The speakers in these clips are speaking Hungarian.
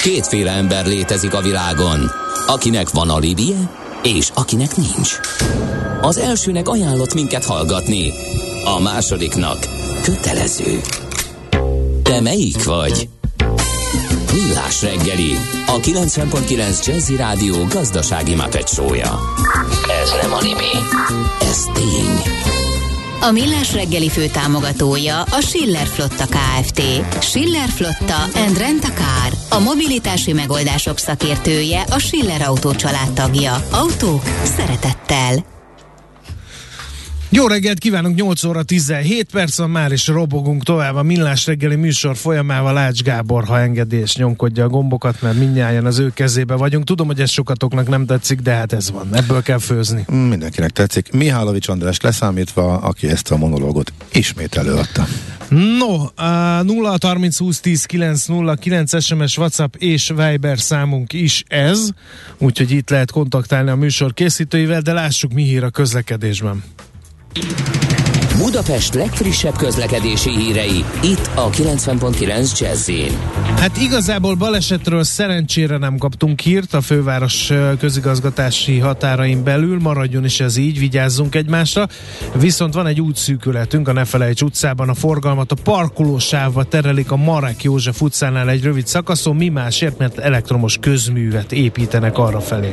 Kétféle ember létezik a világon, akinek van alibije, és akinek nincs. Az elsőnek ajánlott minket hallgatni, a másodiknak kötelező. Te melyik vagy? Millás reggeli, a 90.9 Jazzy Rádió gazdasági Muppet show-ja. Ez nem anime, ez tény. A Millás reggeli főtámogatója a Schiller Flotta Kft. Schiller Flotta and Rent a Car. A mobilitási megoldások szakértője, a Schiller Autó családtagja. Autók szeretettel. Jó reggelt kívánunk, 8 óra 17 perc van már, és robogunk tovább a Millás reggeli műsor folyamával. Ács Gábor, ha engedi, és nyomkodja a gombokat, mert mindnyájan az ő kezébe vagyunk. Tudom, hogy ez sokatoknak nem tetszik, de hát ez van, ebből kell főzni. Mindenkinek tetszik. Mihálovics András leszámítva, aki ezt a monológot ismét előadta. No, 0 30 20 10 9 0 9 SMS, WhatsApp és Viber számunk is ez, úgyhogy itt lehet kontaktálni a műsor készítőivel, de lássuk, mi hír a közlekedésben. Budapest legfrissebb közlekedési hírei, itt a 90.9 Jazz-in. Hát igazából balesetről szerencsére nem kaptunk hírt a főváros közigazgatási határain belül, maradjon is ez így, vigyázzunk egymásra. Viszont van egy útszűkületünk a Ne Felejts utcában, a forgalmat a parkolósávba terelik a Marek József utcánál egy rövid szakaszon, mi másért, mert elektromos közművet építenek arra felé.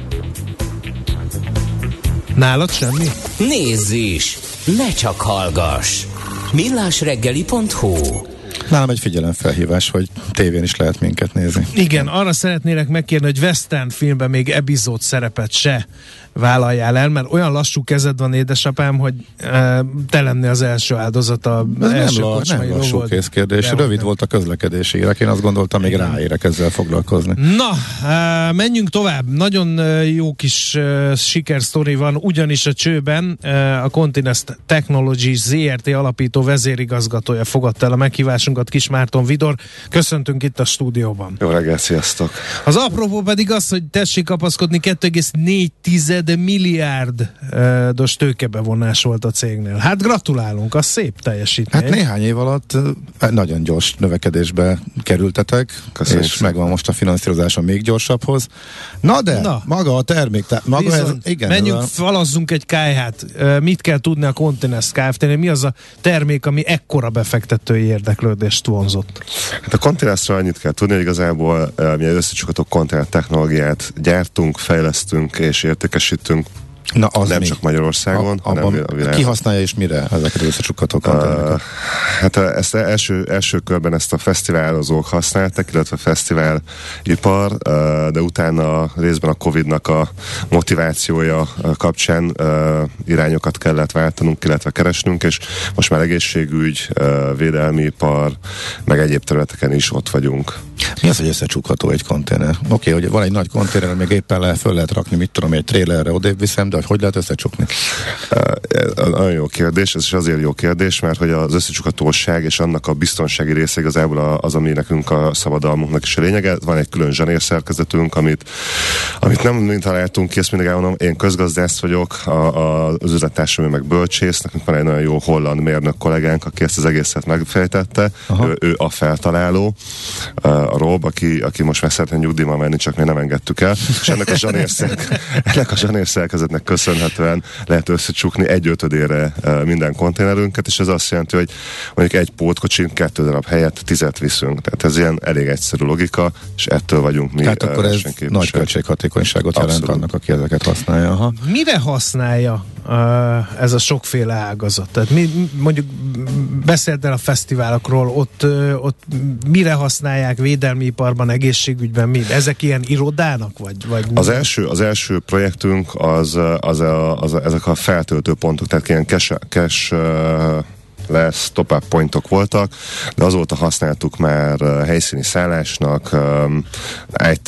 Nálad semmi? Nézz is! Ne csak hallgass! millásreggeli.hu. Nálam egy figyelemfelhívás, hogy tévén is lehet minket nézni. Igen, arra szeretnélek megkérni, hogy Western filmben még epizód szerepet se vállaljál el, mert olyan lassú kezed van, édesapám, hogy te lennél az első áldozat a első kocsmai nem lassú kézkérdés. Rövid volt a közlekedési érek. Én azt gondoltam, még ráérek ezzel foglalkozni. Na, menjünk tovább. Nagyon jó kis sikersztori van, ugyanis a csőben a Continental Technologies ZRT alapító vezérigazgatója fogadta el a meghívásunkat, Kis Márton Vidor. Köszöntünk itt a stúdióban. Jó reggelt, sziasztok! Az apropó pedig az, hogy tessék kapaszkodni, 2,4 milliárdos tőkebevonás volt a cégnél. Hát gratulálunk, az szép teljesítmény. Hát néhány év alatt nagyon gyors növekedésbe kerültetek, köszönjük, és megvan most a finanszírozása még gyorsabbhoz. Na de, maga a termék, maga ez, igen. Menjünk, falazzunk egy kályhát. Mit kell tudni a Continental Kft-nél? Mi az a termék, ami ekkora befektetői érdeklődést vonzott? Hát a Continentalról annyit kell tudni, hogy igazából mi egy összecsukható konténer technológiát gyártunk, fejlesztünk és értékesítünk. Na, az nem mi? csak Magyarországon, hanem a világon. Ki használja és mire ezeket az összecsukható konténereket? Hát ezt első körben ezt a fesztiválozók használtak, illetve a fesztiválipar, de utána részben a Covid-nak a motivációja kapcsán irányokat kellett váltanunk, illetve keresnünk, és most már egészségügy, védelmi ipar, meg egyéb területeken is ott vagyunk. Mi az, hogy összecsukható egy konténer? Oké, hogy van egy nagy konténer, még éppen föl lehet rakni, mit tudom, egy trélerre odébb viszem, de hogy lehet összecsukni? Nagyon jó kérdés, ez is azért jó kérdés, mert hogy az összecsukhatóság és annak a biztonsági része igazából az, ami nekünk a szabadalmunknak is a lényege. Van egy külön zsanérszerkezetünk, amit nem mind találtunk ki, ezt mindig elmondom, én közgazdász vagyok, az üzlettársam meg bölcsész, nekünk van egy nagyon jó holland mérnök kollégánk, aki ezt az egészet megfejtette, ő a feltaláló, a Rob, aki most már szeretne nyugdíjba menni, csak még nem engedtük el, és ennek a zsanérszerkezetnek köszönhetően lehet összecsukni 1/5-ére minden konténerünket, és ez azt jelenti, hogy mondjuk egy pótkocsin 2 darab helyett 10 viszünk. Tehát ez ilyen elég egyszerű logika, és ettől vagyunk mi. Tehát akkor ez nagy költséghatékonyságot jelent annak, aki ezeket használja. Aha. Mire használja ez a sokféle ágazat? Tehát mondjuk beszéltél a fesztiválokról, ott mire használják, védelmi iparban, egészségügyben, mi? Ezek ilyen irodának? Vagy az első projektünk ezek a feltöltőpontok, tehát ilyen cache lesz, top-up pointok voltak, de azóta használtuk már helyszíni szállásnak, IT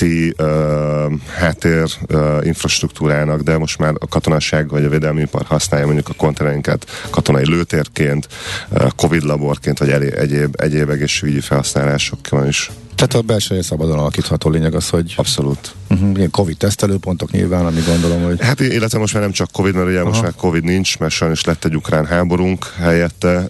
háttér infrastruktúrának, de most már a katonaság vagy a védelmi ipar használja mondjuk a konténereinket katonai lőtérként, Covid laborként, vagy egyéb egészségügyi felhasználásokban is. Tehát a belső szabadon alakítható, lényeg az, hogy... Abszolút. Ilyen Covid tesztelőpontok nyilván, ami gondolom, hogy... Hát illetve most már nem csak Covid, mert ugye most már Covid nincs, mert sajnos lett egy ukrán háborunk helyette,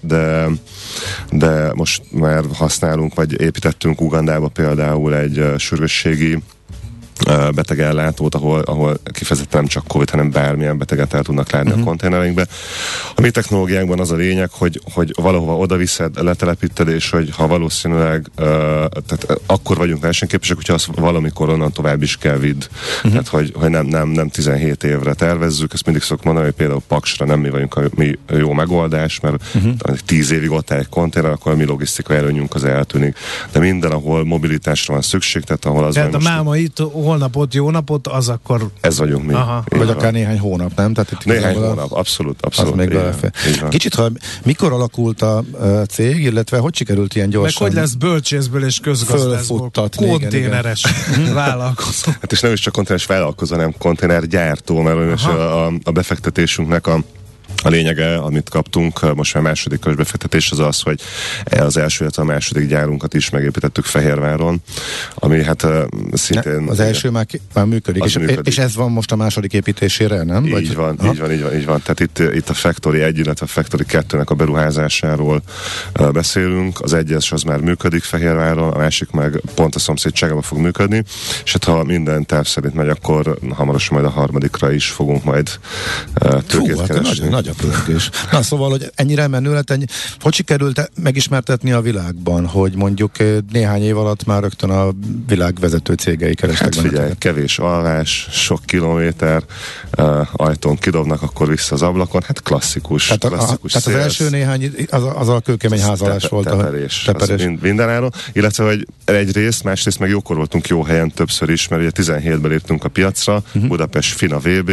de most már használunk, vagy építettünk Ugandába például egy sürgősségi betegellátót, ahol kifejezetten nem csak Covid, hanem bármilyen beteget el tudnak látni a konténereinkbe. A mi technológiánkban az a lényeg, hogy valahova oda viszed, letelepíted, és hogy ha valószínűleg tehát akkor vagyunk versenyképesek, hogyha azt valamikor onnan tovább is kell vidd. Tehát, hogy nem 17 évre tervezzük, ezt mindig szoktuk mondani, hogy például Paksra nem mi vagyunk a mi jó megoldás, mert 10 évig ott áll egy konténer, akkor a mi logisztikai előnyünk az eltűnik. De minden, ahol mobilitásra van szükség, tehát ahol az tehát a máma itt holnapot, jó napot, az akkor... Ez vagyunk mi. Vagy akár néhány hónap, nem? Tehát itt néhány hónap, abszolút. Még kicsit, mikor alakult a cég, illetve hogy sikerült ilyen gyorsan? Meg hogy lesz bölcsészből és közgazdászból konténeres vállalkozó. Hát és nem is csak konténeres vállalkozó, hanem konténergyártó, mert a befektetésünknek a lényege, amit kaptunk, most már második körös befektetés az, hogy az első, illetve a második gyárunkat is megépítettük Fehérváron, ami hát szintén... Az első már működik, és ez van most a második építésére, nem? Így van. Tehát itt a Factory 1, illetve a Factory 2-nek a beruházásáról beszélünk. Az egyes az már működik Fehérváron, a másik meg pont a szomszédságában fog működni, és hát ha minden terv szerint megy, akkor hamarosan majd a harmadikra is fogunk majd tőkét keresni. Nagy a pörgés. Na szóval, hogy ennyire menő lett, hogy sikerült megismertetni a világban, hogy mondjuk néhány év alatt már rögtön a világ vezető cégei kerestek benneteket? Figyelj, kevés alvás, sok kilométer, ajtón kidobnak, akkor vissza az ablakon, hát klasszikus. Tehát az első néhány, az a kőkemény házalás volt. Teperés. Mindenáron, illetve, hogy egyrészt, másrészt meg jókor voltunk jó helyen többször is, mert ugye 17-ben léptünk a piacra, Budapest FINA VB,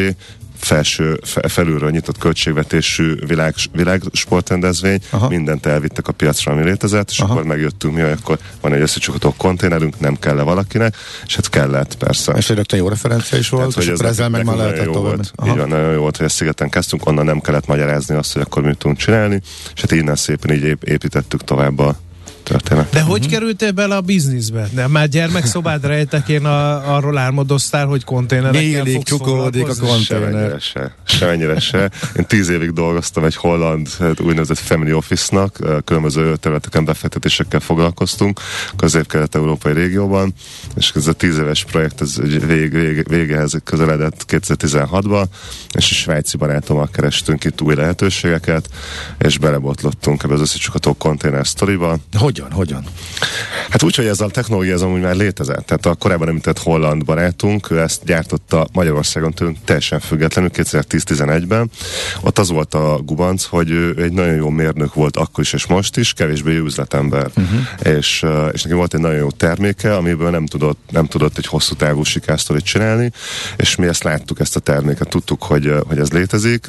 felülről nyitott költségvetésű világsportrendezvény, mindent elvittek a piacra, ami létezett, és akkor megjöttünk mi, hogy akkor van egy összecsukható konténerünk, nem kell valaki, és hát kellett, persze. És rögtön jó referencia is volt, és akkor ezzel meg már lehetett tovább. Így van, nagyon jó volt, hogy ezt szigeten kezdtünk, onnan nem kellett magyarázni azt, hogy akkor mit tudunk csinálni, és hát innen szépen így építettük tovább a történet. De hogy kerültél bele a bizniszbe? Nem, már gyermekszobád rejtekén arról álmodoztál, hogy konténerekkel fogsz csukolódik a konténer. Semennyire se. Én 10 évig dolgoztam egy holland úgynevezett family office-nak, különböző területeken befektetésekkel foglalkoztunk, közép-kelet-európai régióban, és ez a 10 éves projekt ez végehez közeledett 2016-ba, és a svájci barátommal kerestünk itt új lehetőségeket, és belebotlottunk ebbe az összecsukható konténer sztoriba. Hogyan? Hát úgy, hogy ez a technológia az amúgy már létezett. Tehát a korábban említett holland barátunk, ő ezt gyártotta Magyarországon tőlünk teljesen függetlenül 2010-11-ben. Ott az volt a gubanc, hogy ő egy nagyon jó mérnök volt akkor is és most is, kevésbé jó üzletember. És neki volt egy nagyon jó terméke, amiből nem tudott egy hosszú távú sikersztorit csinálni, és mi ezt láttuk, ezt a terméket, tudtuk, hogy ez létezik,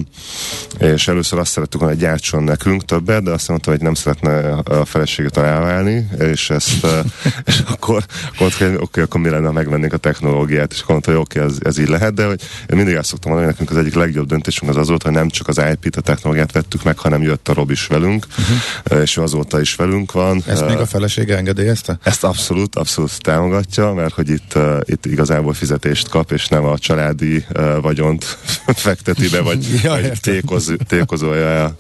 és először azt szerettük volna, hogy gyártson nekünk többet, de azt mondta, hogy nem szeretne a feleségét elválni, és és akkor mondtuk, hogy oké, akkor mi lenne, ha megvennénk a technológiát, és akkor mondta, hogy oké, ez így lehet, de hogy én mindig azt szoktam mondani, hogy nekünk az egyik legjobb döntésünk az volt, hogy nem csak az IP-t, a technológiát vettük meg, hanem jött a Rob is velünk, és ő azóta is velünk van. Ezt még a felesége engedélyezte? Ezt abszolút támogatja, mert hogy itt igazából fizetést kap, és nem a családi vagyont fekteti be, vagy tékozolja el.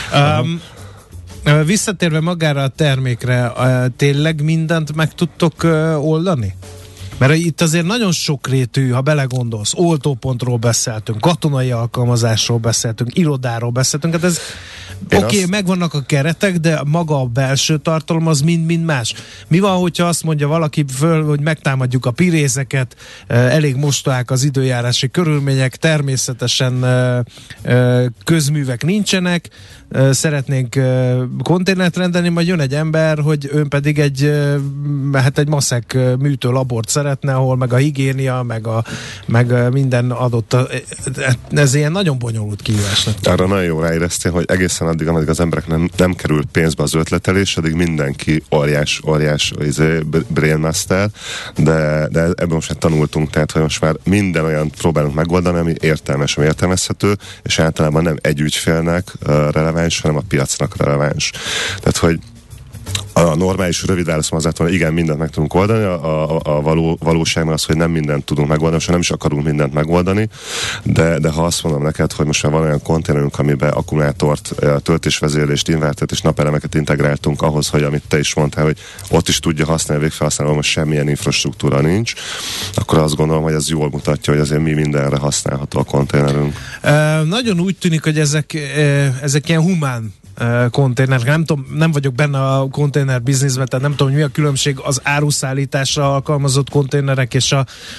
Visszatérve magára a termékre, tényleg mindent meg tudtok oldani? Mert itt azért nagyon sokrétű, ha belegondolsz, oltópontról beszéltünk, katonai alkalmazásról beszéltünk, irodáról beszéltünk, hát ez oké, megvannak a keretek, de maga a belső tartalom az mind más. Mi van, hogyha azt mondja valaki föl, hogy megtámadjuk a pirézeket, elég mostohák az időjárási körülmények, természetesen közművek nincsenek, szeretnénk konténert rendelni, majd jön egy ember, hogy ön pedig egy maszek műtő labort szeretne, ahol meg a higiénia, meg minden adott. Ez ilyen nagyon bonyolult kihívásnak. Arra nagyon jó ráéreztél, hogy egészen addig, ameddig az emberek nem kerül pénzbe az ötletelés, addig mindenki óriás brainmaster, de ebből most már tanultunk, tehát hogy most már minden olyan próbálunk megoldani, ami értelmes, ami értelmezhető, és általában nem egy ügyfélnek releváns, hanem a piacnak releváns. Tehát, hogy A normális rövid válaszom az lett volna, igen, mindent meg tudunk oldani, a valóságban az, hogy nem mindent tudunk megoldani, most nem is akarunk mindent megoldani, de ha azt mondom neked, hogy most már van olyan konténerünk, amiben akkumulátort, töltésvezérlést, invertert és napelemeket integráltunk ahhoz, hogy amit te is mondtál, hogy ott is tudja használni, végfelhasználó, most semmilyen infrastruktúra nincs, akkor azt gondolom, hogy ez jól mutatja, hogy azért mi mindenre használható a konténerünk. Nagyon úgy tűnik, hogy ezek ilyen humán konténer, nem tudom, nem vagyok benne a konténer bizniszben, tehát nem tudom, hogy mi a különbség az áruszállításra alkalmazott konténerek és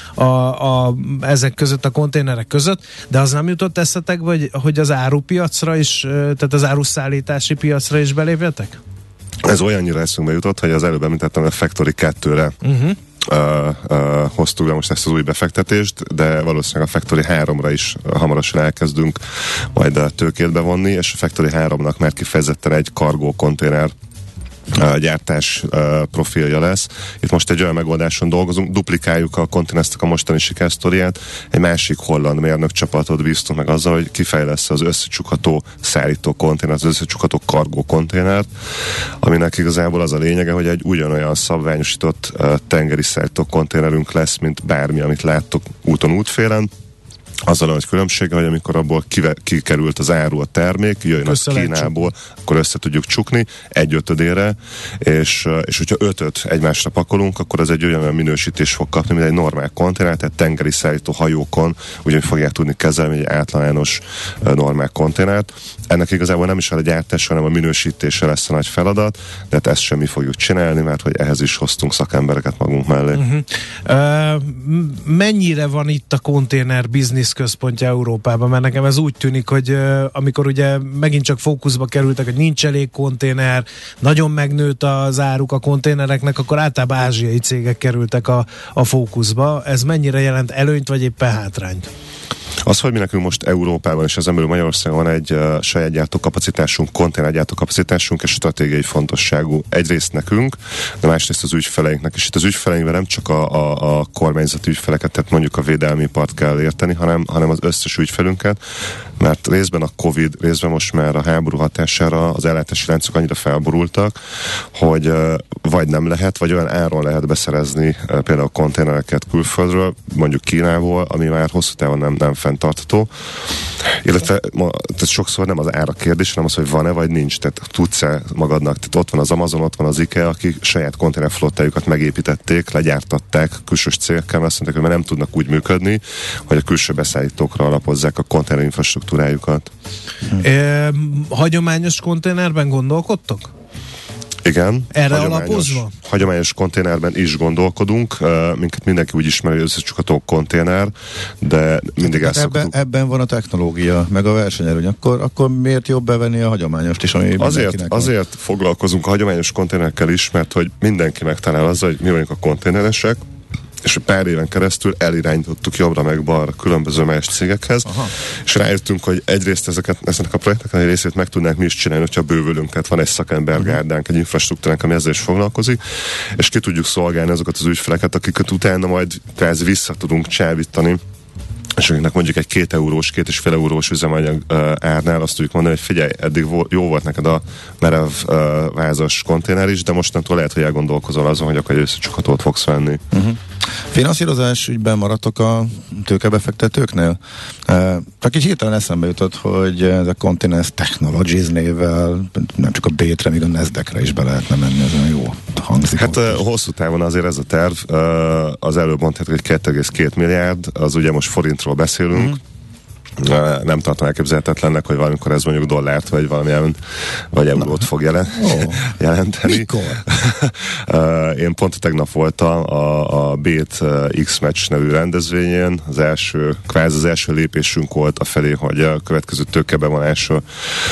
ezek között, a konténerek között, de az nem jutott eszetek, hogy az árupiacra is, tehát az áruszállítási piacra is belépjetek? Ez olyannyira eszünkbe jutott, hogy az előbb említettem, a Factory 2-re hoztuk be most ezt az új befektetést, de valószínűleg a Factory 3-ra is hamarosan elkezdünk majd a tőkét bevonni, és a Factory 3-nak már kifejezetten egy kargó konténer gyártás profilja lesz. Itt most egy olyan megoldáson dolgozunk, duplikáljuk a Continencenek a mostani sikersztoriát, egy másik holland mérnök csapatot bíztunk meg azzal, hogy kifejlesz az összecsukható szállító konténert, az összecsukható kargó konténert, aminek igazából az a lényege, hogy egy ugyanolyan szabványosított tengeri szállító konténerünk lesz, mint bármi, amit láttok úton útfélen. Azzal a nagy különbsége, hogy amikor abból kikerült az áru, a termék, jöjjön az Kínából, akkor össze tudjuk csukni 1/5-ére, és hogyha 5-öt egymásra pakolunk, akkor az egy olyan minősítés fog kapni, mint egy normál konténer, tehát tengeri szállító hajókon ugyanúgy fogják tudni kezelni egy általános normál konténert. Ennek igazából nem is a gyártás, hanem a minősítése lesz a nagy feladat, de hát ezt sem mi fogjuk csinálni, mert hogy ehhez is hoztunk szakembereket magunk mellé. Mennyire van itt a konténer biznisz központja Európában, mert nekem ez úgy tűnik, hogy amikor ugye megint csak fókuszba kerültek, hogy nincs elég konténer, nagyon megnőtt az áruk a konténereknek, akkor általában ázsiai cégek kerültek a fókuszba. Ez mennyire jelent előnyt, vagy éppen hátrányt? Az, hogy mi nekünk most Európában és ezen belül Magyarországon van egy saját gyártókapacitásunk, konténergyártókapacitásunk, és stratégiai fontosságú egyrészt nekünk, de másrészt az ügyfeleinknek. És itt az ügyfeleinkben nem csak a kormányzati ügyfeleket, tehát mondjuk a védelmi ipart kell érteni, hanem az összes ügyfelünket, mert részben a Covid, részben most már a háború hatására az ellátási láncok annyira felborultak, hogy vagy nem lehet, vagy olyan áron lehet beszerezni például konténereket külföldről, mondjuk Kínából, ami már hosszú távon nem fenntartható. Illetve tehát sokszor nem az ára kérdés, hanem az, hogy van-e vagy nincs. Tehát tudsz-e magadnak, tehát ott van az Amazon, ott van az IKEA, akik saját konténerflottájukat megépítették, legyártatták külsős cégekkel, azt mondták, hogy nem tudnak úgy működni, hogy a külső beszállítókra alapozzák a konténer infrastruktúrájukat. Hagyományos konténerben gondolkodtok? Igen. Erre alapozva? Hagyományos konténerben is gondolkodunk, minket mindenki úgy ismeri, hogy összecsukható konténer, de mindig ebben van a technológia, meg a versenyelőny. Akkor miért jobb bevenni a hagyományost is, ami azért foglalkozunk a hagyományos konténerekkel is, mert hogy mindenki megtalál azzal, hogy mi vagyunk a konténeresek, és pár éven keresztül elirányítottuk jobbra meg balra különböző más cégekhez, és rájöttünk, hogy egyrészt ezeknek a projekteknek egy részét meg tudnánk mi is csinálni, hogyha bővülünk, tehát van egy szakembergárdánk, egy infrastruktúránk, ami ezzel is foglalkozik, és ki tudjuk szolgálni azokat az ügyfeleket, akiket utána majd kvázi vissza tudunk csábítani, és akiknek mondjuk egy 2 eurós, 2,5 eurós üzemanyag árnál azt tudjuk mondani, hogy figyelj, eddig jó volt neked a merev vázas konténer is, de mostantól lehet, hogy elgondolkozol azon, hogy akkor egy összecsukhatót fogsz venni. Finanszírozás ügyben maradtok a tőkebefektetőknél? Csak így hirtelen eszembe jutott, hogy ez a Continence Technologies névvel nem csak a B-re, még a Nasdaq-re is be lehetne menni, ez olyan jó hangzik. Hát hosszú távon azért ez a terv, az előbb mondhatjuk, hogy 2,2 milliárd, az ugye most forintról beszélünk, nem tartom elképzelhetetlennek, hogy valamikor ez mondjuk dollárt, vagy valamilyen, vagy eurót fog jelenteni. Mikor? Én pont tegnap voltam a Bét X-Match nevű rendezvényen, az első lépésünk volt afelé, hogy a következő tőkebevonása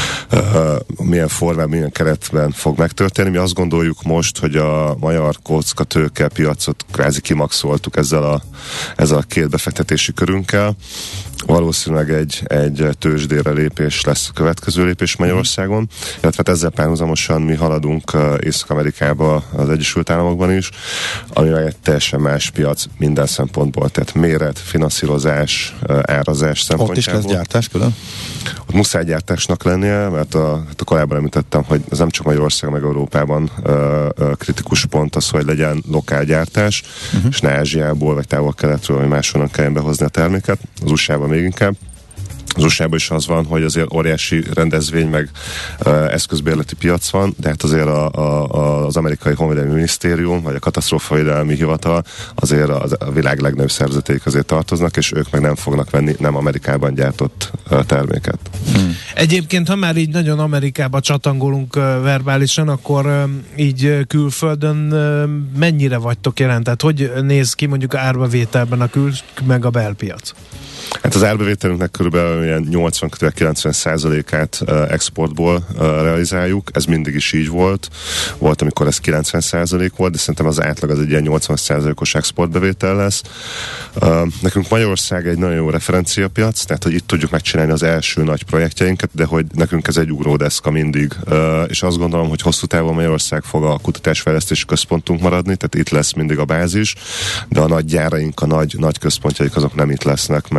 milyen formában, milyen keretben fog megtörténni. Mi azt gondoljuk most, hogy a magyar kocka tőkepiacot kvázi kimaxoltuk ezzel a két befektetési körünkkel. valószínűleg egy tőzsdére lépés lesz a következő lépés Magyarországon, illetve ezzel párhuzamosan mi haladunk Észak-Amerikába, az Egyesült Államokban is, ami egy teljesen más piac minden szempontból, tehát méret, finanszírozás, árazás szempontjából. Ott is lesz gyártás külön? Ott muszáj gyártásnak lennie, mert a korábban említettem, hogy ez nem csak Magyarország, meg Európában kritikus pont az, hogy legyen lokál gyártás, és ne Ázsiából, vagy távol-keletről, vagy máshonnan kelljen behozni a terméket, az USA-ban még inkább. Az USA-ban is az van, hogy azért óriási rendezvény, meg eszközbérleti piac van, de hát azért az amerikai honvédelmi minisztérium, vagy a katasztrófavédelmi hivatal azért a világ legnagyobb szervezeteik azért tartoznak, és ők meg nem fognak venni nem Amerikában gyártott terméket. Egyébként, ha már így nagyon Amerikába csatangolunk verbálisan, akkor így külföldön mennyire vagytok jelen? Tehát hogy néz ki mondjuk árbevételben a meg a belpiac? Hát az árbevételünknek körülbelül ilyen 80-90%-át exportból realizáljuk, ez mindig is így volt. Volt, amikor ez 90% volt, de szerintem az átlag az egy ilyen 80%-os exportbevétel lesz. Nekünk Magyarország egy nagyon jó referenciapiac, tehát hogy itt tudjuk megcsinálni az első nagy projektjeinket, de hogy nekünk ez egy ugródeszka mindig. És azt gondolom, hogy hosszú távon Magyarország fog a kutatásfejlesztési központunk maradni, tehát itt lesz mindig a bázis, de a nagy gyáraink, a nagy központjaik azok nem itt lesznek,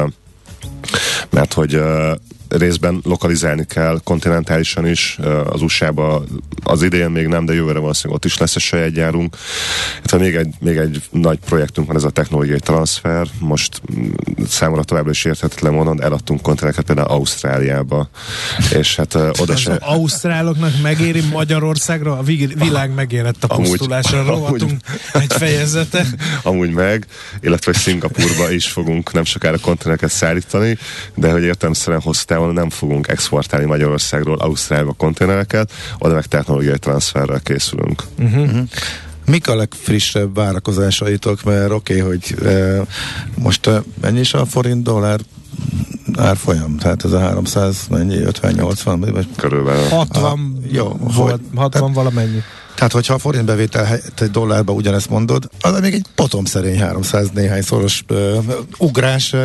mert hogy részben lokalizálni kell kontinentálisan is, az USA-ba az idén még nem, de jövőre valószínűleg ott is lesz egy saját gyárunk. Még egy nagy projektünk van, ez a technológiai transfer. Most számomra továbbra is érthetetlen módon eladtunk konténereket például Ausztráliába. És hát oda se... Ausztráloknak megéri Magyarországra? A világ megérett a pusztulásra, rovatunk egy fejezete. Amúgy meg, illetve Szingapúrba is fogunk nem sokára konténereket szállítani, de hogy értelemszerűen hosszú távon nem fogunk exportálni Magyarországról Ausztráliába konténereket, oda meg technológiai transferrel készülünk. Mik a legfrissebb várakozásaitok? Mert oké, hogy most mennyi is a forint-dollár árfolyam? Tehát ez a 300, mennyi? 50-80? Körülbelül. 60 volt, 60 valamennyi. Tehát, hogyha a forint bevétel egy dollárba ugyanezt mondod, az még egy potomszerény 300 néhány szoros ugrás.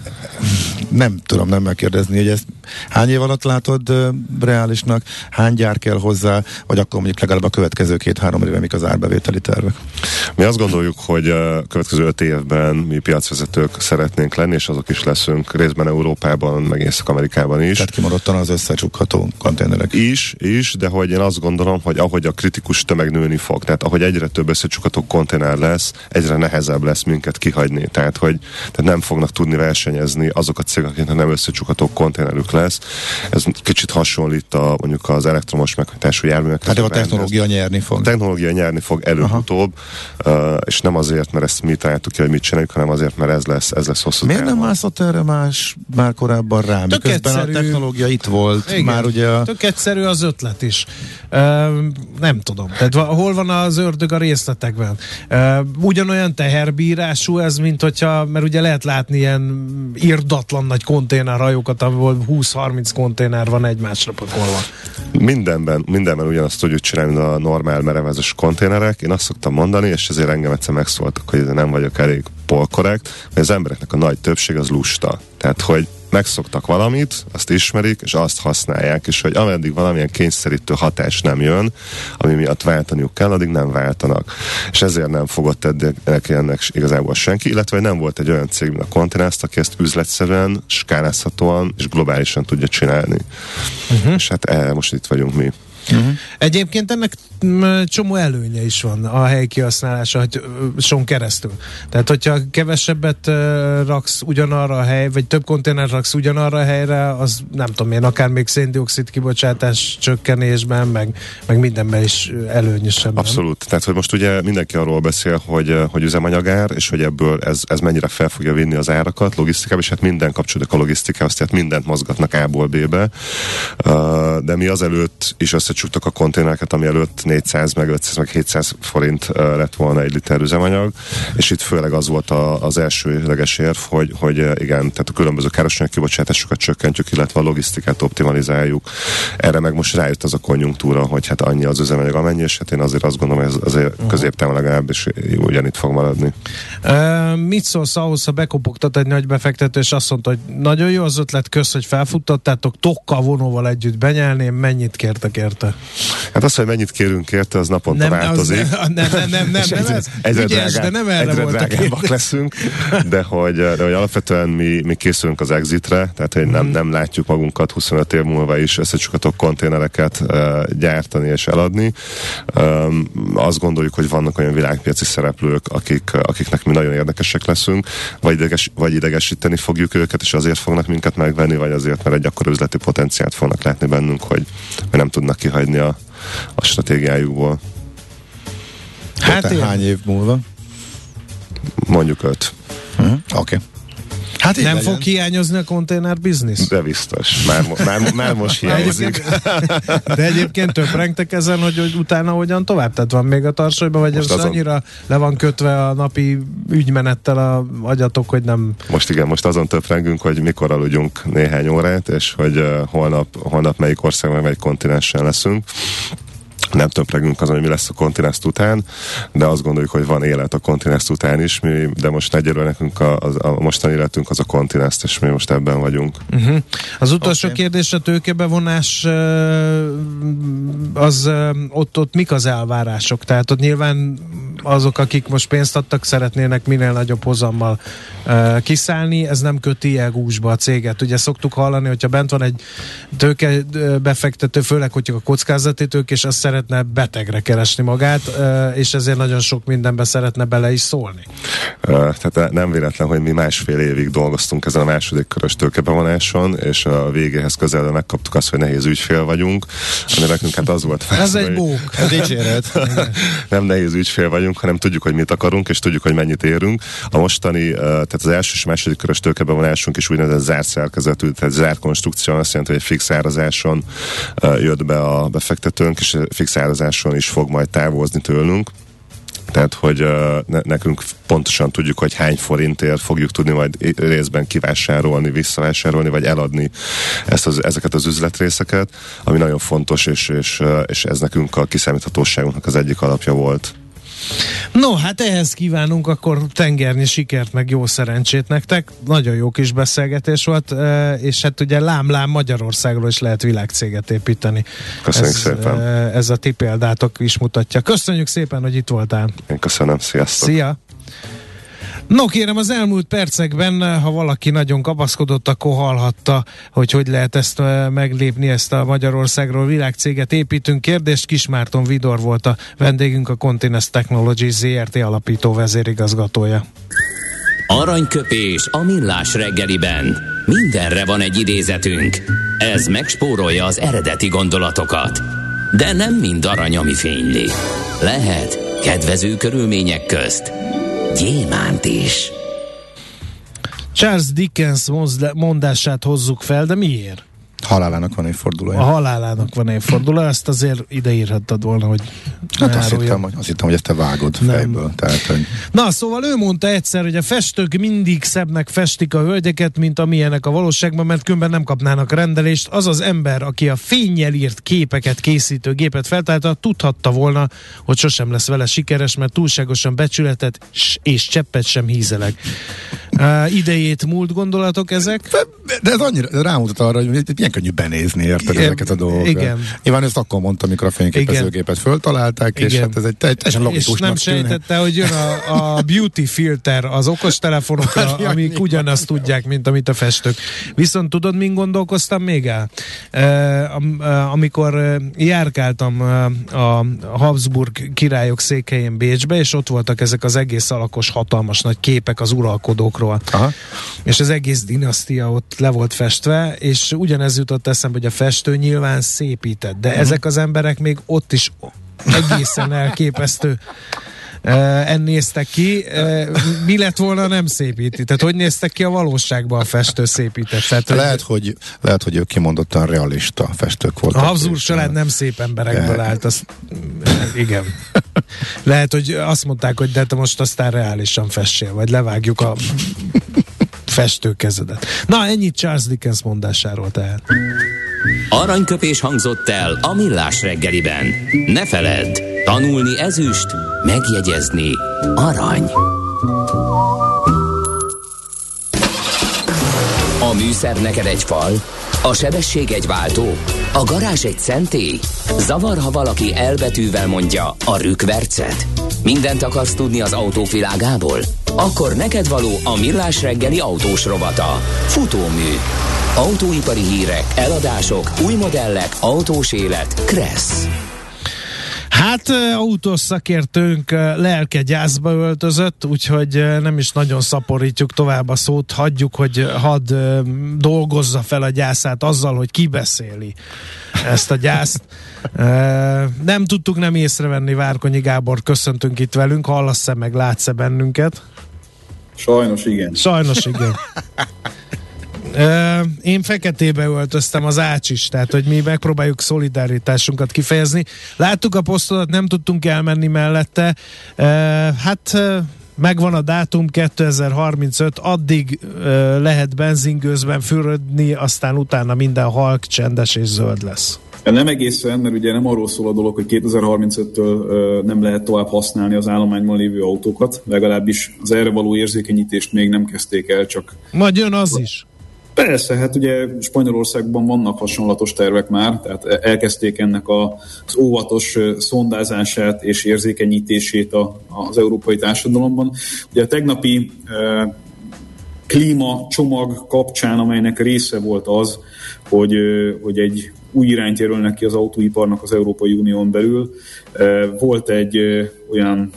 Nem tudom nem megkérdezni, hogy ezt hány év alatt látod reálisnak, hány gyár kell hozzá, vagy akkor mondjuk legalább a következő 2-3 évben mik az árbevételi tervek? Mi azt gondoljuk, hogy a következő 5 évben mi piacvezetők szeretnénk lenni, és azok is leszünk részben Európában, meg Észak-Amerikában is. Tehát kimaradtan az összecsukható konténerek. Is, de hogy én azt gondolom, hogy ahogy a kritikus tömeg nőni fog, tehát ahogy egyre több összecsukható konténer lesz, egyre nehezebb lesz minket kihagyni. Tehát nem fognak tudni versenyezni azok a cégek, akiknek nem összecsukható konténerük lesz. Ez kicsit hasonlít mondjuk az elektromos meghajtású járművek. Hát a technológia nyerni fog. A technológia nyerni fog előbb-utóbb, és nem azért, mert ezt mi találtuk ki, hogy mit csináljuk, hanem azért, mert ez lesz hosszú távon. Miért nem mászott erre más már korábban rá? Miközben a technológia itt volt. Igen, már ugye tök egyszerű az ötlet is. Nem tudom. Tehát hol van az ördög a részletekben? Ugyanolyan teherbírású ez, mint hogyha, mert ugye lehet látni ilyen irdatlan nagy konténerhajókat, ahol 20-30 konténer van egymásra pakolva. Mindenben ugyanazt tudjuk csinálni, mint a normál merevezes konténerek. Én azt szoktam mondani, és ezért engem egyszer megszóltak, hogy nem vagyok elég polkorrekt, mert az embereknek a nagy többség az lusta. Tehát, hogy megszoktak valamit, azt ismerik, és azt használják, és hogy ameddig valamilyen kényszerítő hatás nem jön, ami miatt váltaniuk kell, addig nem váltanak. És ezért nem fogott ennek igazából senki, illetve nem volt egy olyan cég, mint a Continental, aki ezt üzletszerűen, skálázhatóan és globálisan tudja csinálni. És hát most itt vagyunk mi. Egyébként ennek csomó előnye is van a helyi kihasználása son keresztül. Tehát, hogyha kevesebbet raksz ugyanarra a hely, vagy több konténer raksz ugyanarra a helyre, az nem tudom én, akár még szén-dioxid kibocsátás csökkenésben, meg mindenben is előnyösebb. Abszolút. Tehát, hogy most ugye mindenki arról beszél, hogy üzemanyagár, és hogy ebből ez mennyire fel fogja vinni az árakat, logisztikába, és hát minden kapcsolódik a logisztikához, tehát mindent mozgatnak A-ból B-be. De mi azelőtt is összecsuktak a konténereket, ami előtt 400, meg 500, meg 700 forint lett volna egy liter üzemanyag, és itt főleg az volt az elsőleges érv, hogy igen, tehát a különböző károsanyag kibocsátásokat csökkentjük, illetve a logisztikát optimalizáljuk. Erre meg most rájött az a konjunktúra, hogy hát annyi az üzemanyag amennyi, és hát én azért azt gondolom, hogy ez azért középtávon legalábbis ugyanitt fog maradni. Mit szólsz ahhoz, ha bekopogtat egy nagy befektető, és azt mondta, hogy nagyon jó az ötlet, kösz, hogy felfuttattátok, tokkal vonóval együtt benyelném, mennyit kértek érte? Hát az, hogy mennyit kérünk érte, az naponta változik. Nem, egyre drágábbak leszünk, de hogy alapvetően mi készülünk az exitre, tehát hogy nem látjuk magunkat 25 év múlva is összecsukható konténereket gyártani és eladni. Azt gondoljuk, hogy vannak olyan világpiaci szereplők, akiknek mi nagyon érdekesek leszünk, vagy idegesíteni fogjuk őket, és azért fognak minket megvenni, vagy azért, mert egy akkora üzleti potenciált fognak látni bennünk, hogy nem tudnak kihagyni a stratégiájukból. Hát hány év múlva? Mondjuk 5. Oké. Hát nem legyen. Fog hiányozni a konténer biznisz? De biztos. Már most hiányozik. De egyébként töprengtek ezen, hogy utána hogyan tovább? Tehát van még a tarsolyban, vagy ez annyira le van kötve a napi ügymenettel a agyatok, hogy nem... Most azon töprengünk, hogy mikor aludjunk néhány órát, és hogy holnap melyik országban, melyik kontinensen leszünk. Nem töprengünk azon, hogy mi lesz a kontinenszt után, de azt gondoljuk, hogy van élet a kontinenszt után is, de most egyelőre nekünk a mostani életünk az a kontinenszt, és mi most ebben vagyunk. Az utolsó kérdés, a tőkebevonás, ott mik az elvárások? Tehát ott nyilván azok, akik most pénzt adtak, szeretnének minél nagyobb hozammal kiszállni, ez nem köti el gúzsba a céget. Ugye szoktuk hallani, hogyha bent van egy tőkebefektető, főleg, hogyha a kockázati tők, és azt szeretne betegre keresni magát, és ezért nagyon sok mindenbe szeretne bele is szólni. Tehát nem véletlen, hogy mi 1,5 évig dolgoztunk ezen a második körös tőkebevonáson, és a végéhez közelről megkaptuk azt, hogy nehéz ügyfél vagyunk, ami nekünk hát az volt. Ez egy bók. Ez dicséret. Nem nehéz ügyfél vagyunk, hanem tudjuk, hogy mit akarunk, és tudjuk, hogy mennyit érünk. A mostani, tehát az első és második körös tőkebevonásunk is úgynevezett zárt szerkezetű, tehát zárt konstrukció, azt jelenti, hogy fix árazáson jött be a befektetőnk, és fix árazáson is fog majd távozni tőlünk. Tehát, hogy nekünk pontosan tudjuk, hogy hány forintért fogjuk tudni majd részben kivásárolni, visszavásárolni, vagy eladni ezeket az üzletrészeket, ami nagyon fontos, és ez nekünk a kiszámíthatóságunknak az egyik alapja volt. No, hát ehhez kívánunk akkor tengernyi sikert, meg jó szerencsét nektek. Nagyon jó kis beszélgetés volt, és hát ugye lám-lám Magyarországról is lehet világcéget építeni. Köszönjük szépen. Ez a ti példátok is mutatja. Köszönjük szépen, hogy itt voltál. Én köszönöm, sziasztok. Szia! No kérem, az elmúlt percekben, ha valaki nagyon kapaszkodott, akkor hallhatta, hogy lehet ezt meglépni, ezt a Magyarországról világcéget építünk. Kérdést Kismárton Vidor volt a vendégünk, a Continental Technologies Zrt. Alapító vezérigazgatója. Aranyköpés a millás reggeliben. Mindenre van egy idézetünk. Ez megspórolja az eredeti gondolatokat. De nem mind arany, ami fényli. Lehet kedvező körülmények közt gyémánt is. Charles Dickens mondását hozzuk fel, de miért? Halálának van évfordulója. A halálának van évfordulója, ezt azért ideírhattad volna, hogy hát azt hittem, hogy ezt te vágod fejből. Tehát, hogy... Na, szóval ő mondta egyszer, hogy a festők mindig szebbnek festik a hölgyeket, mint amilyenek a valóságban, mert különben nem kapnának rendelést. Az az ember, aki a fénnyel írt képeket készítő gépet feltalálta, tudhatta volna, hogy sosem lesz vele sikeres, mert túlságosan becsületet és cseppet sem hízeleg. Idejét múlt gondolatok ezek? De ez annyira rámutat arra, hogy milyen könnyű benézni, érted ezeket a dolgokat. Igen. Nyilván ezt akkor mondta, amikor a fényképezőgépet föltalálták, és hát ez egy teljesen logikusnak és nem sejtette, hogy jön a beauty filter az okostelefonokra, amik ugyanazt tudják, mint amit a festők. Viszont tudod, min gondolkoztam még el? Amikor járkáltam a Habsburg királyok székhelyén Bécsbe, és ott voltak ezek az egész alakos, hatalmas nagy képek az uralkodókról. Aha. És az egész dinasztia ott le volt festve, és ugyanez jutott eszembe, hogy a festő nyilván szépített, de ezek az emberek még ott is egészen elképesztő néztek ki. Mi lett volna, nem szépíti? Tehát hogy néztek ki a valóságban a festő szépített? Tehát, lehet, hogy ők kimondottan realista festők voltak. A Habsburg család nem szép emberekből állt. Igen. Lehet, hogy azt mondták, hogy de te most aztán reálisan fessél, vagy levágjuk a festőkezedet. Na, ennyit Charles Dickens mondásáról tehát. Aranyköpés hangzott el a Millás reggeliben. Ne feledd, tanulni ezüst, megjegyezni arany. A műszer neked egy fal, a sebesség egy váltó, a garázs egy szentély. Zavar, ha valaki elbetűvel mondja a rükvercet. Mindent akarsz tudni az autóvilágából? Akkor neked való a Millás reggeli autós rovata. Futómű. Autóipari hírek, eladások, új modellek, autós élet. Kressz. Hát autós szakértőnk lelke gyászba öltözött, úgyhogy nem is nagyon szaporítjuk tovább a szót, hagyjuk, hogy hadd dolgozza fel a gyászát azzal, hogy kibeszéli ezt a gyászt. Nem tudtuk nem észrevenni, Várkonyi Gábor, köszöntünk itt velünk, hallasz-e meg, látsz-e bennünket? Sajnos igen. Sajnos igen. Én feketébe öltöztem, az Ács is, tehát hogy mi megpróbáljuk szolidaritásunkat kifejezni. Láttuk a posztodat, nem tudtunk elmenni mellette. Megvan a dátum, 2035, addig lehet benzingőzben fürödni, aztán utána minden halk, csendes és zöld lesz. Nem egészen, mert ugye nem arról szól a dolog, hogy 2035-től nem lehet tovább használni az állományban lévő autókat, legalábbis az erre való érzékenyítést még nem kezdték el, csak... Majd jön az is. Persze, hát ugye Spanyolországban vannak hasonlatos tervek már, tehát elkezdték ennek az óvatos szondázását és érzékenyítését az európai társadalomban. Ugye a tegnapi klímacsomag kapcsán, amelynek része volt az, hogy egy új irányt jelölnek ki az autóiparnak az Európai Unión belül. Volt egy olyan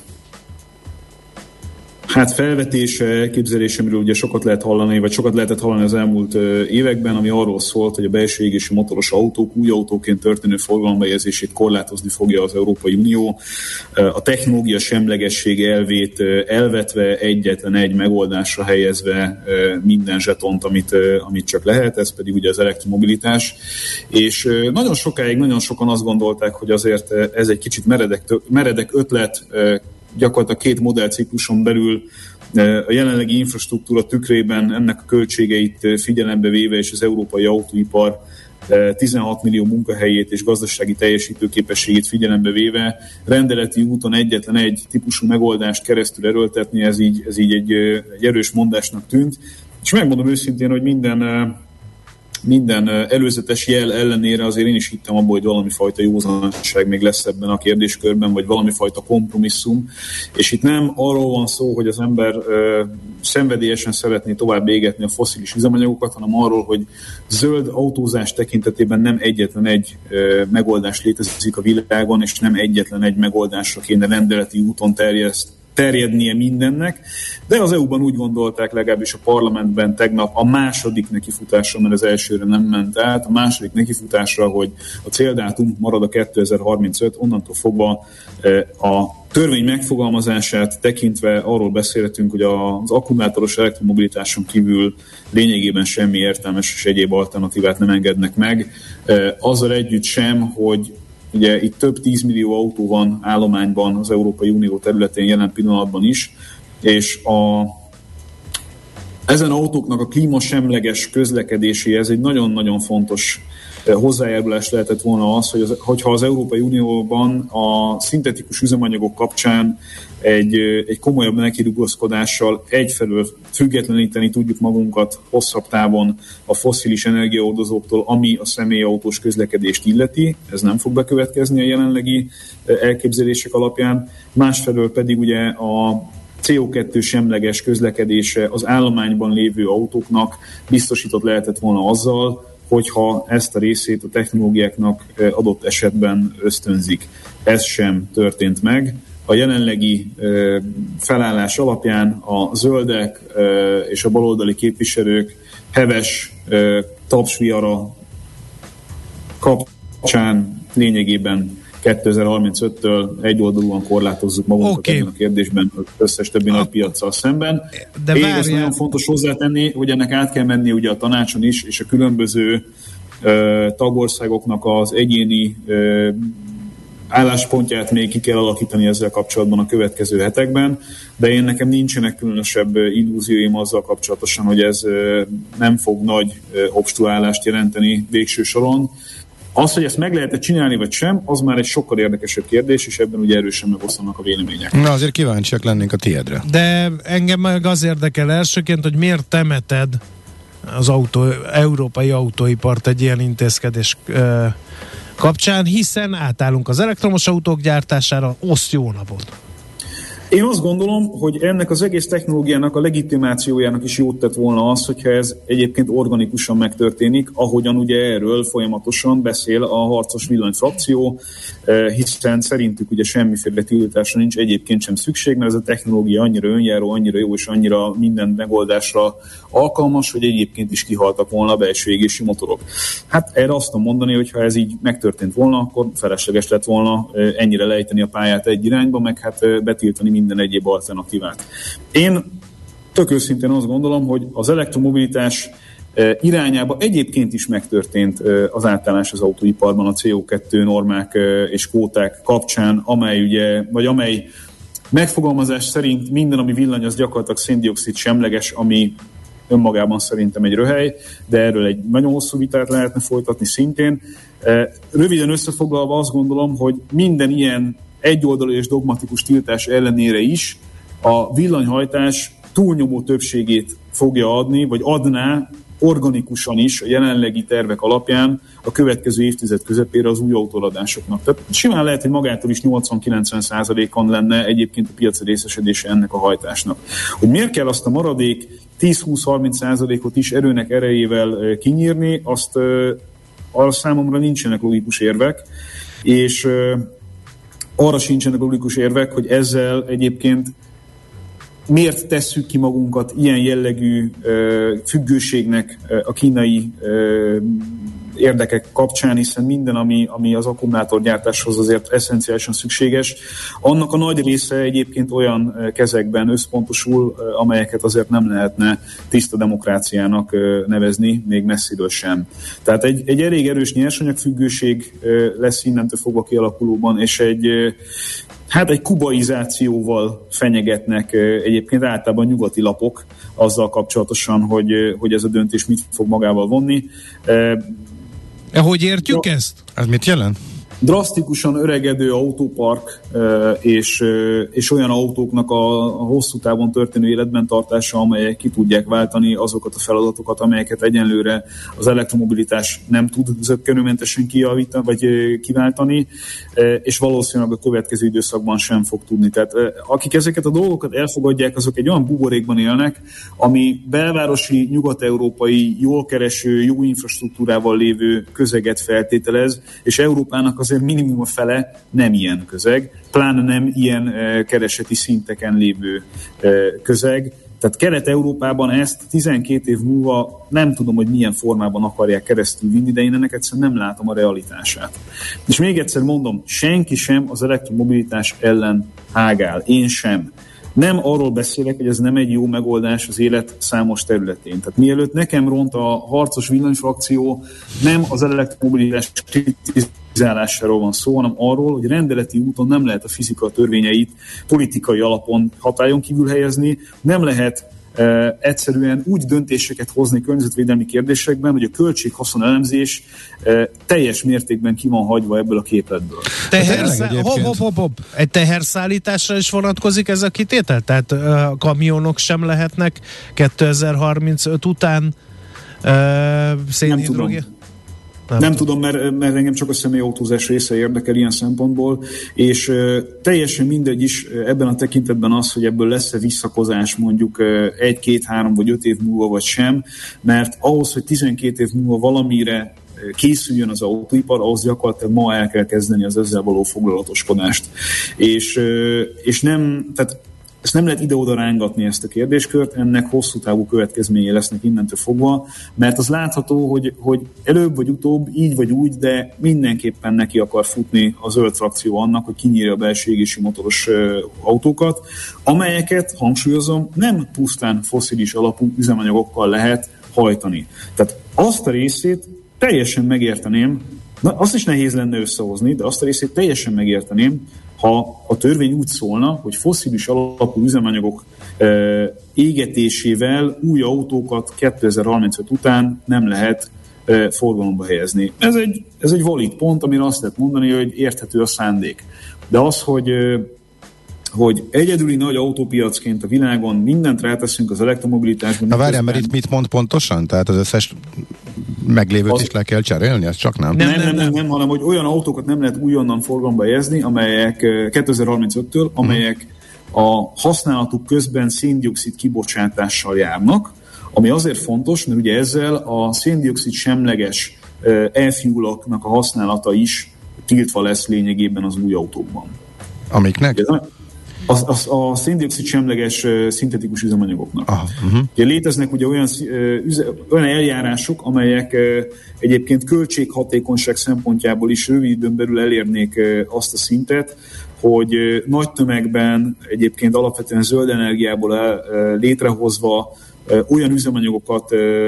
felvetése, elképzelése, amiről ugye sokat lehet hallani, vagy sokat lehetett hallani az elmúlt években, ami arról szólt, hogy a belső égésű motoros autók új autóként történő forgalomba helyezését korlátozni fogja az Európai Unió. A technológia semlegesség elvét elvetve, egyetlen egy megoldásra helyezve minden zsetont, amit csak lehet, ez pedig ugye az elektromobilitás. És nagyon sokáig, nagyon sokan azt gondolták, hogy azért ez egy kicsit meredek ötlet, gyakorlatilag 2 modellcikluson belül a jelenlegi infrastruktúra tükrében ennek a költségeit figyelembe véve és az európai autóipar 16 millió munkahelyét és gazdasági teljesítőképességét figyelembe véve rendeleti úton egyetlen egy típusú megoldást keresztül erőltetni, ez így egy erős mondásnak tűnt. És megmondom őszintén, hogy minden előzetes jel ellenére azért én is hittem abból, hogy valami fajta józanság még lesz ebben a kérdéskörben, vagy valami fajta kompromisszum. És itt nem arról van szó, hogy az ember szenvedélyesen szeretné tovább égetni a fosszilis üzemanyagokat, hanem arról, hogy zöld autózás tekintetében nem egyetlen egy megoldás létezik a világon, és nem egyetlen egy megoldásra kéne rendeleti úton terjednie mindennek, de az EU-ban úgy gondolták, legalábbis a parlamentben tegnap a második nekifutásra, mert az elsőre nem ment át, a második nekifutásra, hogy a céldátum marad a 2035, onnantól fogva a törvény megfogalmazását tekintve arról beszélhetünk, hogy az akkumulátoros elektromobilitáson kívül lényegében semmi értelmes és egyéb alternatívát nem engednek meg. Azzal együtt sem, hogy ugye itt több 10 millió autó van állományban az Európai Unió területén jelen pillanatban is, és ezen autóknak a klímasemleges közlekedéséhez egy nagyon-nagyon fontos hozzájárulás lehetett volna az, hogyha az Európai Unióban a szintetikus üzemanyagok kapcsán egy komolyabb nekirugaszkodással egyfelől függetleníteni tudjuk magunkat hosszabb távon a fosszilis energiahordozóktól, ami a személyautós közlekedést illeti. Ez nem fog bekövetkezni a jelenlegi elképzelések alapján. Másfelől pedig ugye a CO2 semleges közlekedése az állományban lévő autóknak biztosított lehetett volna azzal, hogyha ezt a részét a technológiáknak adott esetben ösztönzik. Ez sem történt meg. A jelenlegi felállás alapján a zöldek és a baloldali képviselők heves tapsviara kapcsán lényegében 2035-től egyoldalúan korlátozzuk magunkat ebben a kérdésben az összes többi nagy piaccal szemben. De ezt nagyon fontos hozzátenni, hogy ennek át kell menni ugye a tanácson is, és a különböző tagországoknak az egyéni álláspontját még ki kell alakítani ezzel kapcsolatban a következő hetekben, de nekem nincsenek különösebb illúzióim azzal kapcsolatosan, hogy ez nem fog nagy obstruálást jelenteni végső soron. Az, hogy ezt meg lehet csinálni, vagy sem, az már egy sokkal érdekesebb kérdés, és ebben ugye erősen megosztanak a vélemények. Na, azért kíváncsiak lennénk a tiédre. De engem meg az érdekel elsőként, hogy miért temeted az európai autóipart egy ilyen intézkedés kapcsán, hiszen átállunk az elektromos autók gyártására. Oszt jó napot! Én azt gondolom, hogy ennek az egész technológiának a legitimációjának is jót tett volna az, hogyha ez egyébként organikusan megtörténik, ahogyan ugye erről folyamatosan beszél a harcos villanyfrakció, hiszen szerintük ugye semmiféle tiltásra nincs egyébként sem szükség, mert ez a technológia annyira önjáró, annyira jó és annyira minden megoldásra alkalmas, hogy egyébként is kihaltak volna a belső égési motorok. Hát erre azt tudom mondani, hogy ha ez így megtörtént volna, akkor felesleges lett volna ennyire lejteni a pályát egy irányba, meg hát betiltani minden egyéb alternatívát. Én tök őszintén azt gondolom, hogy az elektromobilitás irányába egyébként is megtörtént az átállás az autóiparban a CO2 normák és kvóták kapcsán, amely megfogalmazás szerint minden, ami villany, az gyakorlatilag szén-dioxid semleges, ami önmagában szerintem egy röhely, de erről egy nagyon hosszú vitát lehetne folytatni szintén. Röviden összefoglalva azt gondolom, hogy minden ilyen egyoldalú és dogmatikus tiltás ellenére is a villanyhajtás túlnyomó többségét fogja adni, vagy adná organikusan is a jelenlegi tervek alapján a következő évtized közepére az új autóadásoknak. Tehát simán lehet, hogy magától is 80-90%-on lenne egyébként a piaci részesedése ennek a hajtásnak. Hogy miért kell azt a maradék 10-20-30%-ot is erőnek erejével kinyírni, azt arra számomra nincsenek logikus érvek, és arra sincsenek logikus érvek, hogy ezzel egyébként miért tesszük ki magunkat ilyen jellegű függőségnek a kínai érdekek kapcsán, hiszen minden, ami az akkumulátorgyártáshoz azért eszenciálisan szükséges, annak a nagy része egyébként olyan kezekben összpontosul, amelyeket azért nem lehetne tiszta demokráciának nevezni, még messziről sem. Tehát egy elég erős nyersanyagfüggőség lesz innentől fogva kialakulóban, és egy kubaizációval fenyegetnek egyébként általában nyugati lapok azzal kapcsolatosan, hogy ez a döntés mit fog magával vonni. Hogy értjük ezt? Ez mit jelent? Drasztikusan öregedő autópark és olyan autóknak a hosszú távon történő életben tartása, amelyek ki tudják váltani azokat a feladatokat, amelyeket egyenlőre az elektromobilitás nem tud zökkenőmentesen kiváltani, és valószínűleg a következő időszakban sem fog tudni. Tehát akik ezeket a dolgokat elfogadják, azok egy olyan buborékban élnek, ami belvárosi, nyugat-európai, jól kereső, jó infrastruktúrával lévő közeget feltételez, és Európának azért minimum a fele nem ilyen közeg, pláne nem ilyen kereseti szinteken lévő közeg. Tehát Kelet-Európában ezt 12 év múlva nem tudom, hogy milyen formában akarják keresztül vinni, de én ennek egyszerűen nem látom a realitását. És még egyszer mondom, senki sem az elektromobilitás ellen hágál, én sem. Nem arról beszélek, hogy ez nem egy jó megoldás az élet számos területén. Tehát mielőtt nekem ront a harcos villanyfrakció, nem az elektromobilitás kritizálásáról van szó, hanem arról, hogy rendeleti úton nem lehet a fizika törvényeit politikai alapon hatályon kívül helyezni, nem lehet egyszerűen úgy döntéseket hozni környezetvédelmi kérdésekben, hogy a költség-haszon elemzés teljes mértékben ki van hagyva ebből a képletből. Egy teherszállításra is vonatkozik ez a kitétel? Tehát kamionok sem lehetnek 2035 után szénhidrogén? Nem tudom, mert engem csak a személyautózás része érdekel ilyen szempontból, és teljesen mindegy is ebben a tekintetben az, hogy ebből lesz-e visszakozás mondjuk 1, 2, 3 vagy 5 év múlva vagy sem, mert ahhoz, hogy 12 év múlva valamire készüljön az autóipar, ahhoz gyakorlatilag ma el kell kezdeni az ezzel való foglalatoskodást. És nem, tehát ezt nem lehet ide-oda rángatni ezt a kérdéskört, ennek hosszú távú következményei lesznek innentől fogva, mert az látható, hogy előbb vagy utóbb, így vagy úgy, de mindenképpen neki akar futni a zöld frakció annak, hogy kinyírja a belső égésű motoros autókat, amelyeket, hangsúlyozom, nem pusztán fosszilis alapú üzemanyagokkal lehet hajtani. Tehát azt a részét teljesen megérteném, azt is nehéz lenne összehozni, de azt a részét teljesen megérteném, ha a törvény úgy szólna, hogy fosszilis alapú üzemanyagok égetésével új autókat 2035 után nem lehet forgalomba helyezni. Ez egy valid pont, amire azt lehet mondani, hogy érthető a szándék. De az, hogy egyedüli nagy autópiacként a világon mindent ráteszünk az elektromobilitásban. Na várjál, mert itt mit mond pontosan? Tehát az összes meglévőt is le kell cserélni? Ez csak nem? Nem, hanem hogy olyan autókat nem lehet újonnan forgalomba helyezni, amelyek 2035-től, amelyek a használatuk közben szén-dioxid kibocsátással járnak, ami azért fontos, mert ugye ezzel a szén-dioxid semleges e-fueloknak a használata is tiltva lesz lényegében az új autókban. Amiknek? A szén-dioxid semleges szintetikus üzemanyagoknak. Ugye léteznek ugye olyan eljárások, amelyek egyébként költséghatékonyság szempontjából is rövid időn belül elérnék azt a szintet, hogy nagy tömegben egyébként alapvetően zöld energiából létrehozva olyan üzemanyagokat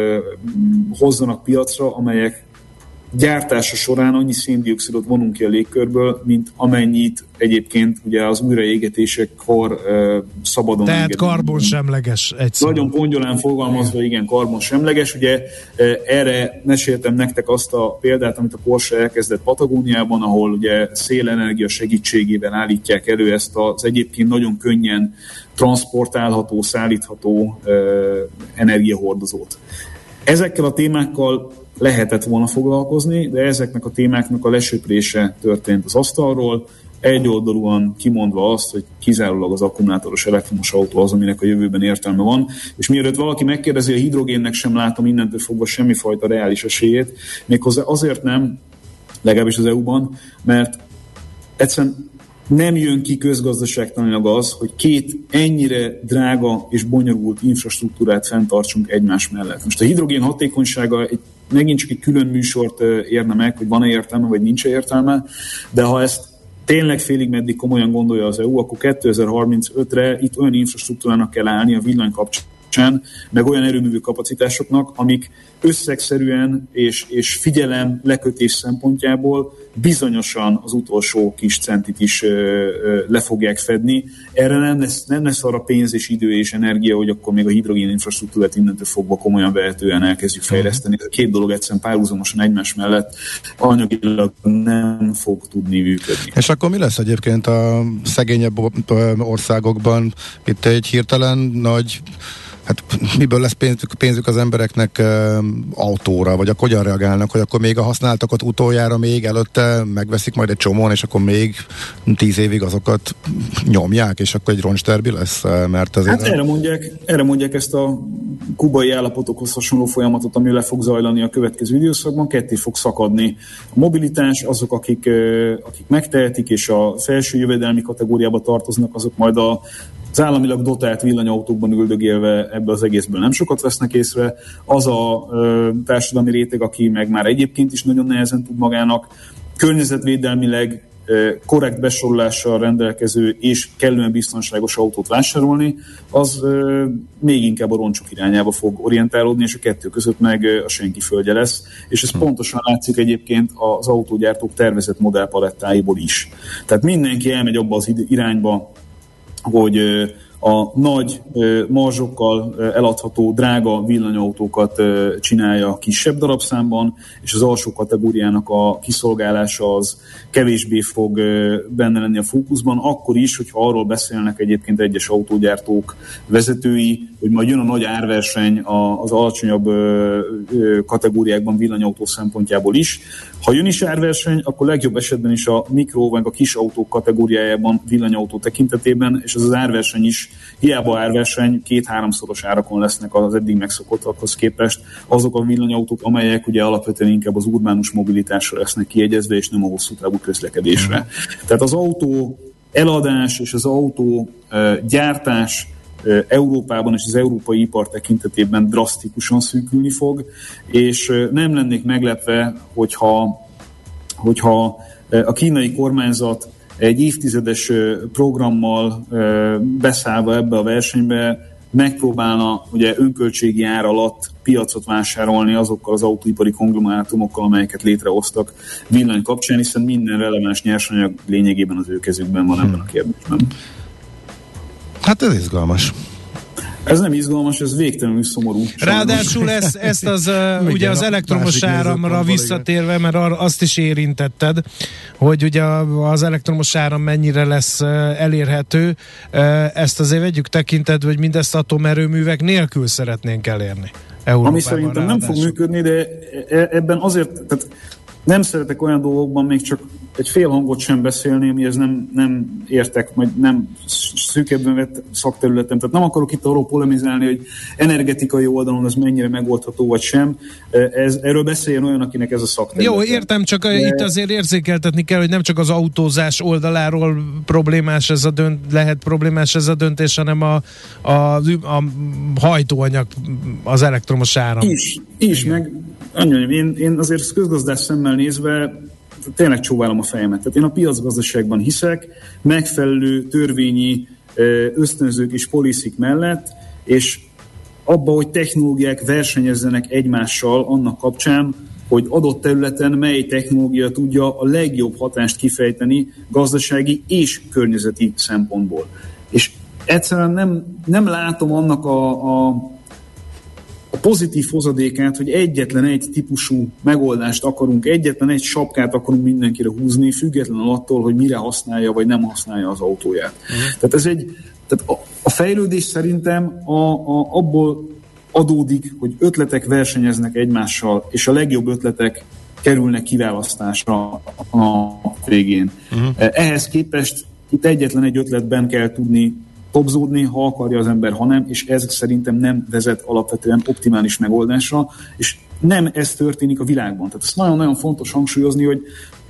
hozzanak piacra, amelyek gyártása során annyi szén-dioxidot vonunk ki a légkörből, mint amennyit egyébként ugye az újraégetésekkor szabadon tehát engedünk. karbonsemleges egyszerűen. Nagyon pongyolán fogalmazva, igen, karbonsemleges. Ugye erre meséltem nektek azt a példát, amit a Porsche elkezdett Patagóniában, ahol ugye szélenergia segítségével állítják elő ezt az egyébként nagyon könnyen transportálható, szállítható energiahordozót. Ezekkel a témákkal lehetett volna foglalkozni, de ezeknek a témáknak a lesöprése történt az asztalról, egyoldalúan kimondva azt, hogy kizárólag az akkumulátoros elektromos autó az, aminek a jövőben értelme van, és mielőtt valaki megkérdezi, a hidrogénnek sem látom innentől fogva semmifajta reális esélyét, méghozzá azért nem, legalábbis az EU-ban, mert egyszerűen nem jön ki közgazdaságtanilag az, hogy két ennyire drága és bonyolult infrastruktúrát fenntartsunk egymás mellett. Most a hidrogén hatékonysága megint csak egy külön műsort érne meg, hogy van-e értelme, vagy nincs-e értelme, de ha ezt tényleg félig meddig komolyan gondolja az EU, akkor 2035-re itt olyan infrastruktúrának kell állni a villany kapcsán, meg olyan erőművő kapacitásoknak, amik összegszerűen és figyelem lekötés szempontjából bizonyosan az utolsó kis centit is le fogják fedni. Erre nem lesz arra pénz és idő és energia, hogy akkor még a hidrogén infrastruktúrát innentől fogva komolyan vehetően elkezdjük fejleszteni. A két dolog egyszerűen párhuzamosan egymás mellett anyagilag nem fog tudni működni. És akkor mi lesz egyébként a szegényebb országokban? Itt egy hirtelen nagy... Hát miből lesz pénzük az embereknek autóra, vagy akkor hogyan reagálnak, hogy akkor még a használtakat utoljára még előtte megveszik majd egy csomón, és akkor még 10 évig azokat nyomják, és akkor egy roncsderbi lesz? Mert azért... Hát erre mondják ezt a kubai állapotokhoz hasonló folyamatot, ami le fog zajlani a következő időszakban, ketté fog szakadni a mobilitás, azok, akik megtehetik, és a felső jövedelmi kategóriába tartoznak, azok majd az államilag dotált villanyautókban üldögélve ebbe az egészből nem sokat vesznek észre. Az a társadalmi réteg, aki meg már egyébként is nagyon nehezen tud magának környezetvédelmileg korrekt besorolással rendelkező és kellően biztonságos autót vásárolni, az még inkább a roncsok irányába fog orientálódni, és a kettő között meg a senki földje lesz. És ez pontosan látszik egyébként az autógyártók tervezett modellpalettáiból is. Tehát mindenki elmegy abba az irányba, hogy a nagy marzsokkal eladható drága villanyautókat csinálja kisebb darabszámban, és az alsó kategóriának a kiszolgálása az kevésbé fog benne lenni a fókuszban, akkor is, hogyha arról beszélnek egyébként egyes autógyártók vezetői, hogy majd jön a nagy árverseny az alacsonyabb kategóriákban villanyautó szempontjából is. Ha jön is árverseny, akkor legjobb esetben is a mikro vagy a kis autók kategóriájában villanyautó tekintetében, és az árverseny is hiába árverseny, 2-3-szoros árakon lesznek az eddig megszokottakhoz képest azok a villanyautók, amelyek ugye alapvetően inkább az urbánus mobilitásra lesznek kiegyezve, és nem a hosszú távú közlekedésre. Tehát az autó eladás és az autó gyártás Európában és az európai ipar tekintetében drasztikusan szűkülni fog, és nem lennék meglepve, hogyha a kínai kormányzat egy évtizedes programmal beszállva ebbe a versenybe megpróbálna ugye önköltségi ár alatt piacot vásárolni azokkal az autóipari konglomerátumokkal, amelyeket létrehoztak villany kapcsán, hiszen minden releváns nyersanyag lényegében az ő kezükben van ebben a kérdésben. Hát ez izgalmas. Ez nem izgalmas, ez végtelenül szomorú. Ráadásul ezt az, ugye az elektromos áramra visszatérve, mert azt is érintetted, hogy ugye az elektromos áram mennyire lesz elérhető, ezt azért vegyük tekintetbe, hogy mindezt atomerőművek nélkül szeretnénk elérni Európában. Ami szerintem nem fog működni, de ebben azért, tehát nem szeretek olyan dolgokban még csak egy fél hangot sem beszélni, amihez nem értek, vagy nem szűkebben vett szakterületem. Tehát nem akarok itt arról polemizálni, hogy energetikai oldalon az mennyire megoldható, vagy sem. Erről beszéljen olyan, akinek ez a szakterület. Jó, értem, csak itt azért érzékeltetni kell, hogy nem csak az autózás oldaláról lehet problémás ez a döntés, hanem a hajtóanyag, az elektromos áram. Is meg én azért közgazdász szemmel nézve tényleg csóválom a fejemet. Tehát én a piacgazdaságban hiszek, megfelelő törvényi ösztönzők és poliszik mellett, és abba, hogy technológiák versenyezzenek egymással annak kapcsán, hogy adott területen mely technológia tudja a legjobb hatást kifejteni gazdasági és környezeti szempontból. És egyszerűen nem látom annak a pozitív hozadékát, hogy egyetlen egy típusú megoldást akarunk, egyetlen egy sapkát akarunk mindenkire húzni, függetlenül attól, hogy mire használja, vagy nem használja az autóját. Tehát a fejlődés szerintem abból adódik, hogy ötletek versenyeznek egymással, és a legjobb ötletek kerülnek kiválasztásra a végén. Ehhez képest itt egyetlen egy ötletben kell tudni topzódni, ha akarja az ember, ha nem, és ez szerintem nem vezet alapvetően optimális megoldásra, és nem ez történik a világban. Tehát ezt nagyon-nagyon fontos hangsúlyozni, hogy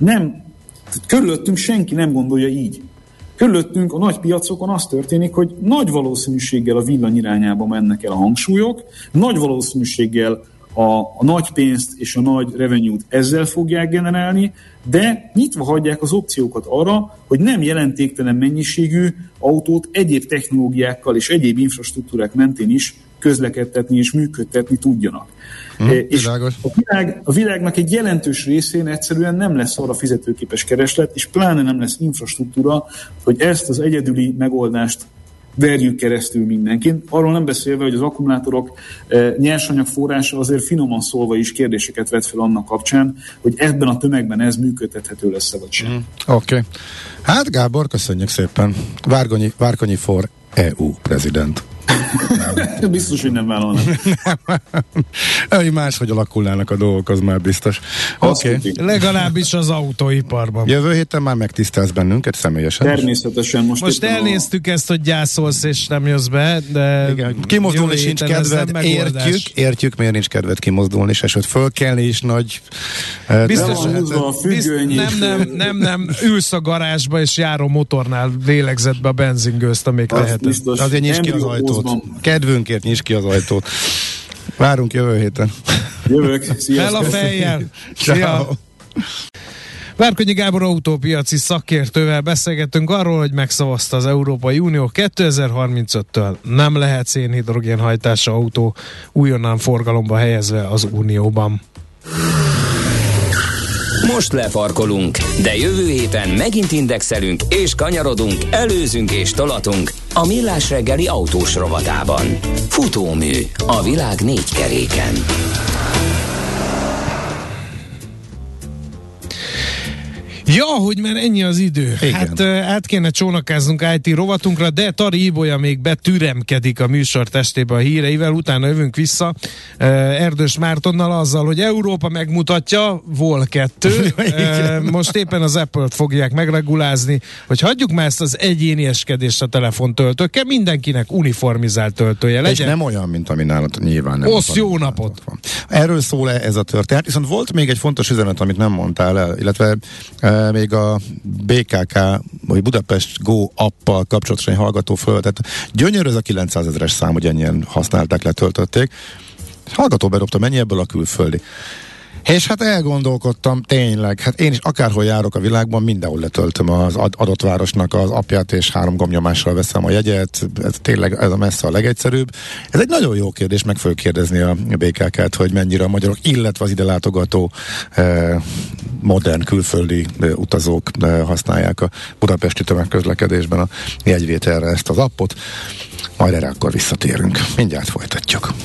körülöttünk senki nem gondolja így. Körülöttünk a nagy piacokon az történik, hogy nagy valószínűséggel a villany irányába mennek el a hangsúlyok, nagy valószínűséggel a nagy pénzt és a nagy revenue-t ezzel fogják generálni, de nyitva hagyják az opciókat arra, hogy nem jelentéktelen mennyiségű autót egyéb technológiákkal és egyéb infrastruktúrák mentén is közlekedtetni és működtetni tudjanak. És a világnak egy jelentős részén egyszerűen nem lesz arra fizetőképes kereslet, és pláne nem lesz infrastruktúra, hogy ezt az egyedüli megoldást verjük keresztül mindenkin. Arról nem beszélve, hogy az akkumulátorok nyersanyag forrása azért finoman szólva is kérdéseket vet fel annak kapcsán, hogy ebben a tömegben ez működtethető lesz vagy sem. Oké. Hát Gábor, köszönjük szépen. Várkonyi for EU prezident. Biztos, hogy nem vállalnak. Nem, máshogy alakulnának a dolgok, az már biztos. Oké. Legalábbis az autóiparban. Jövő héten már megtisztelsz bennünket személyesen. Természetesen. Most elnéztük ezt, hogy gyászolsz és nem jössz be, de igen, kimozdulni sincs kedved, értjük, miért nincs kedved kimozdulni, és hogy fölkelni is nagy... Biztos, nem, ülsz a garázsba, és járó motornál lélegzed be a benzingőzt, amíg lehet. Azért nyisd ki az ajtót. Kedvünkért nyisd ki az ajtót. Várunk jövő héten. Jövök, sziasztok! Fel a fejjel! Szia! Várkonyi Gábor autópiaci szakértővel beszélgettünk arról, hogy megszavazta az Európai Unió 2035-től nem lehet szénhidrogénhajtású autó újonnan forgalomba helyezve az Unióban. Most lefarkolunk, de jövő héten megint indexelünk és kanyarodunk, előzünk és tolatunk a Millás reggeli autós rovatában. Futómű a világ 4 keréken. Ja, hogy már ennyi az idő. Igen. Hát át kéne csónakáznunk IT rovatunkra, de Tari Ibolya még betüremkedik a műsor testébe a híreivel, utána jövünk vissza Erdős Mártonnal azzal, hogy Európa megmutatja, vol 2. Most éppen az Apple-t fogják megregulázni, hogy hagyjuk már ezt az egyénieskedést a telefontöltőkkel, mindenkinek uniformizált töltője legyen. És nem olyan, mint ami nálad nyilván nem. Osz jó napot! Erről szól ez a történet, viszont volt még egy fontos üzenet, amit nem mondtál el, illetve még a BKK, vagy Budapest Go appal kapcsolatosan egy hallgató fölvetett. Gyönyörű ez a 900 000-es szám, hogy ennyien használták, letöltötték. Hallgató bedobta, mennyi ebből a külföldi. És hát elgondolkodtam, tényleg, hát én is akárhol járok a világban, mindenhol letöltöm az adott városnak az appját, és 3 gombnyomással veszem a jegyet. Ez tényleg ez a messze a legegyszerűbb. Ez egy nagyon jó kérdés, meg fogjuk kérdezni a BKK-t, hogy mennyire a magyarok, illetve az ide látogató modern külföldi utazók használják a budapesti tömegközlekedésben a jegyvételre ezt az appot. Majd erre akkor visszatérünk. Mindjárt folytatjuk.